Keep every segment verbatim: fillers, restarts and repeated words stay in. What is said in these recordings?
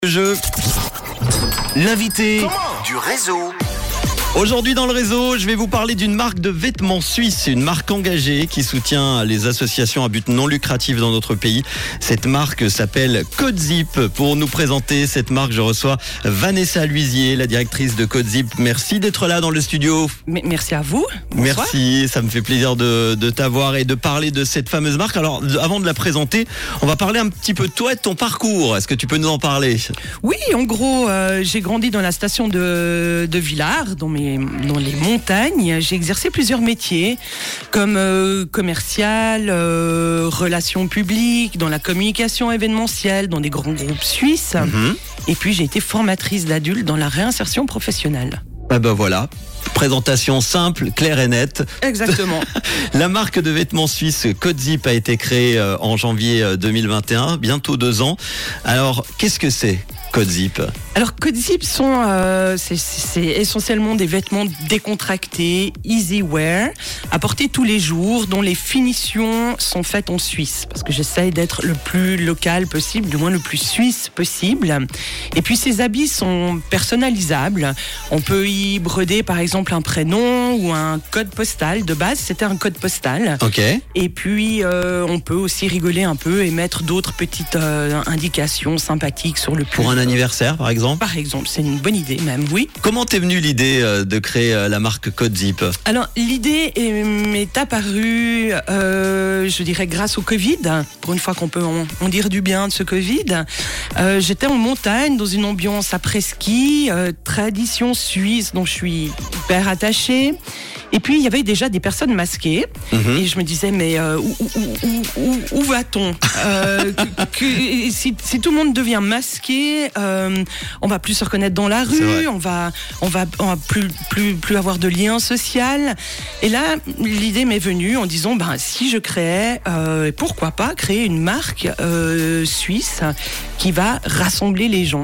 Jeu. L'invité du réseau. Aujourd'hui dans le réseau, je vais vous parler d'une marque de vêtements suisse, une marque engagée qui soutient les associations à but non lucratif dans notre pays. Cette marque s'appelle Codzip. Pour nous présenter cette marque, je reçois Vanessa Luisier, la directrice de Codzip. Merci d'être là dans le studio. Mais merci à vous. Bonsoir. Merci, ça me fait plaisir de, de t'avoir et de parler de cette fameuse marque. Alors, avant de la présenter, on va parler un petit peu de toi et de ton parcours. Est-ce que tu peux nous en parler ? Oui, en gros, euh, j'ai grandi dans la station de, de Villars, dans mes dans les montagnes. J'ai exercé plusieurs métiers comme euh, commercial, euh, relations publiques, dans la communication événementielle, dans des grands groupes suisses. Mmh. Et puis j'ai été formatrice d'adultes dans la réinsertion professionnelle. Ah ben voilà, présentation simple, claire et nette. Exactement. La marque de vêtements suisse Codzip a été créée en janvier deux mille vingt et un, bientôt deux ans. Alors, qu'est-ce que c'est Codzip ? Alors Codzip sont euh, c'est, c'est essentiellement des vêtements décontractés, easy wear, à porter tous les jours, dont les finitions sont faites en Suisse, parce que j'essaye d'être le plus local possible, du moins le plus suisse possible. Et puis ces habits sont personnalisables. On peut y broder par exemple un prénom ou un code postal. De base, c'était un code postal. Ok. Et puis euh, on peut aussi rigoler un peu et mettre d'autres petites euh, indications sympathiques sur le pull. Pour un anniversaire, par exemple ? Par exemple, c'est une bonne idée même, oui. Comment t'es venue l'idée de créer la marque Codzip ? Alors, l'idée est, m'est apparue, euh, je dirais, grâce au Covid. Pour une fois qu'on peut en, en dire du bien de ce Covid. Euh, j'étais en montagne, dans une ambiance après-ski, euh, tradition suisse dont je suis hyper attachée. Et puis, il y avait déjà des personnes masquées. Mmh. Et je me disais, mais euh, où, où, où, où, où va-t-on euh, que, que, si, si tout le monde devient masqué, euh, on va plus se reconnaître dans la rue, on va, on va, on va plus, plus, plus avoir de lien social. Et là, l'idée m'est venue en disant, ben, si je créais, euh, pourquoi pas créer une marque euh, suisse qui va rassembler les gens.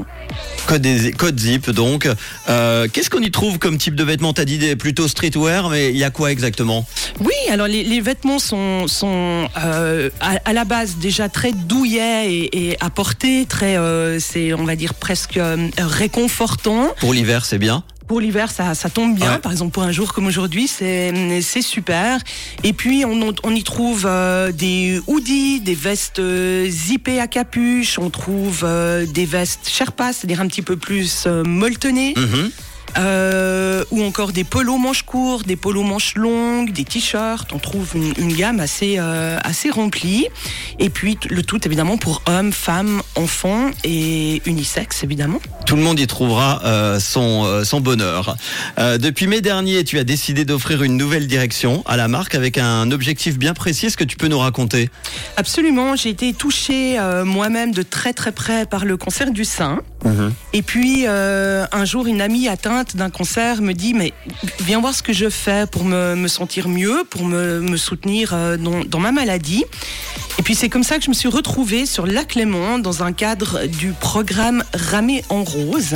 Codzip, donc. Euh, qu'est-ce qu'on y trouve comme type de vêtements ? T'as dit plutôt streetwear, mais il y a quoi exactement ? Oui, alors les, les vêtements sont, sont euh, à, à la base déjà très douillets et, et à porter, très, euh, c'est, on va dire, presque euh, réconfortant. Pour l'hiver, c'est bien ? Pour l'hiver, ça, ça tombe bien. Ouais. Par exemple, pour un jour comme aujourd'hui, c'est, c'est super. Et puis, on, on y trouve euh, des hoodies, des vestes euh, zippées à capuche. On trouve euh, des vestes Sherpa, c'est-à-dire un petit peu plus euh, molletonnées. Mm-hmm. Euh, ou encore des polos manches courtes, des polos manches longues, des t-shirts. On trouve une, une gamme assez, euh, assez remplie. Et puis t- le tout évidemment pour hommes, femmes, enfants et unisexe évidemment. Tout le monde y trouvera euh, son, euh, son bonheur. Euh, depuis mai dernier, tu as décidé d'offrir une nouvelle direction à la marque avec un objectif bien précis. Est-ce que tu peux nous raconter ? Absolument, j'ai été touchée euh, moi-même de très très près par le cancer du sein. Mmh. Et puis euh, un jour, une amie atteinte d'un cancer me dit, mais viens voir ce que je fais pour me, me sentir mieux, pour me, me soutenir euh, dans, dans ma maladie. Et puis c'est comme ça que je me suis retrouvée sur Lac Léman dans un cadre du programme Ramer en rose,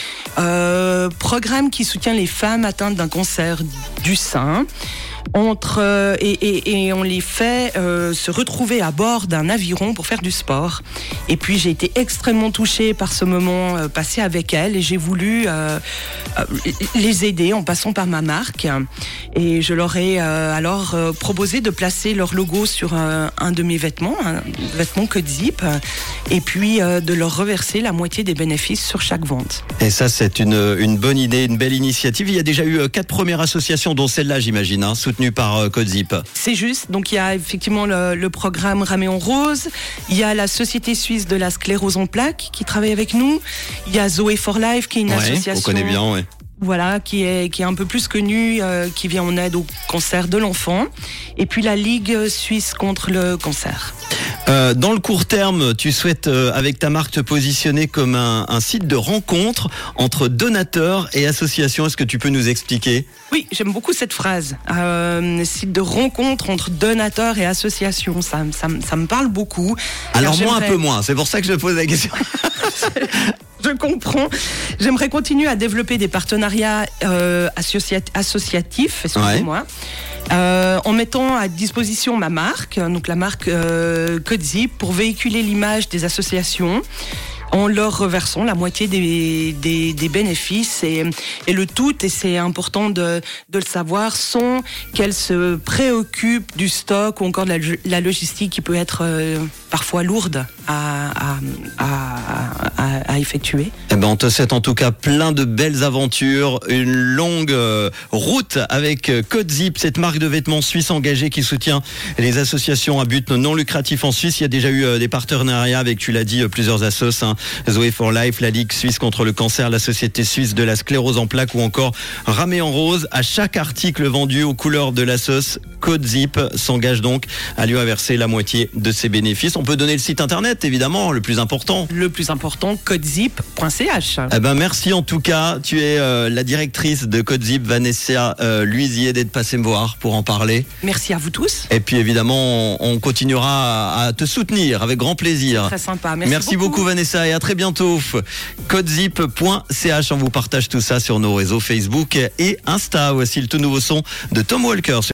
euh, programme qui soutient les femmes atteintes d'un cancer du sein. Entre euh, et, et, et on les fait euh, se retrouver à bord d'un aviron pour faire du sport. Et puis j'ai été extrêmement touchée par ce moment euh, passé avec elles et j'ai voulu euh, euh, les aider en passant par ma marque. Et je leur ai euh, alors euh, proposé de placer leur logo sur euh, un de mes vêtements, un vêtement Codzip, et puis euh, de leur reverser la moitié des bénéfices sur chaque vente. Et ça, c'est une, une bonne idée, une belle initiative. Il y a déjà eu quatre premières associations, dont celle-là, j'imagine, hein, soutenue par euh, Codzip. C'est juste. Donc, il y a effectivement le, le programme Ramer en rose. Il y a la Société suisse de la sclérose en plaques qui travaille avec nous. Il y a Zoé for Life qui est une ouais, association. On connaît bien, oui. Voilà, qui est, qui est un peu plus connue, euh, qui vient en aide au cancer de l'enfant. Et puis la Ligue suisse contre le cancer. Euh, dans le court terme, tu souhaites, euh, avec ta marque, te positionner comme un, un site de rencontre entre donateurs et associations. Est-ce que tu peux nous expliquer ? Oui, j'aime beaucoup cette phrase. Euh, site de rencontre entre donateurs et associations, ça, ça, ça me parle beaucoup. Alors moi, un peu moins. C'est pour ça que je pose la question. Je comprends. J'aimerais continuer à développer des partenariats euh, associa- associatifs, excusez-moi, ouais. euh, en mettant à disposition ma marque, donc la marque euh, Codzip, pour véhiculer l'image des associations, en leur reversant la moitié des, des, des bénéfices. Et, et le tout, et c'est important de, de le savoir, sont qu'elles se préoccupent du stock ou encore de la, la logistique qui peut être euh, parfois lourde à, à, à, à, à effectuer. Eh ben, on te souhaite en tout cas plein de belles aventures, une longue euh, route avec euh, Codzip, cette marque de vêtements suisse engagée qui soutient les associations à but non lucratif en Suisse. Il y a déjà eu euh, des partenariats avec, tu l'as dit, euh, plusieurs assos, hein, Zoé for Life, la Ligue suisse contre le cancer, la Société suisse de la sclérose en plaques ou encore Ramé en rose. À chaque article vendu aux couleurs de l'assos, Codzip s'engage donc à lui inverser la moitié de ses bénéfices. On peut donner le site internet, évidemment, le plus important. Le plus important, codzip point c h. Eh ben, merci en tout cas. Tu es euh, la directrice de Codzip, Vanessa euh, Luisier, d'être passée me voir pour en parler. Merci à vous tous. Et puis évidemment, on, on continuera à, à te soutenir avec grand plaisir. Très sympa. Merci, merci beaucoup. beaucoup Vanessa et à très bientôt. codzip point c h, on vous partage tout ça sur nos réseaux Facebook et Insta. Voici le tout nouveau son de Tom Walker.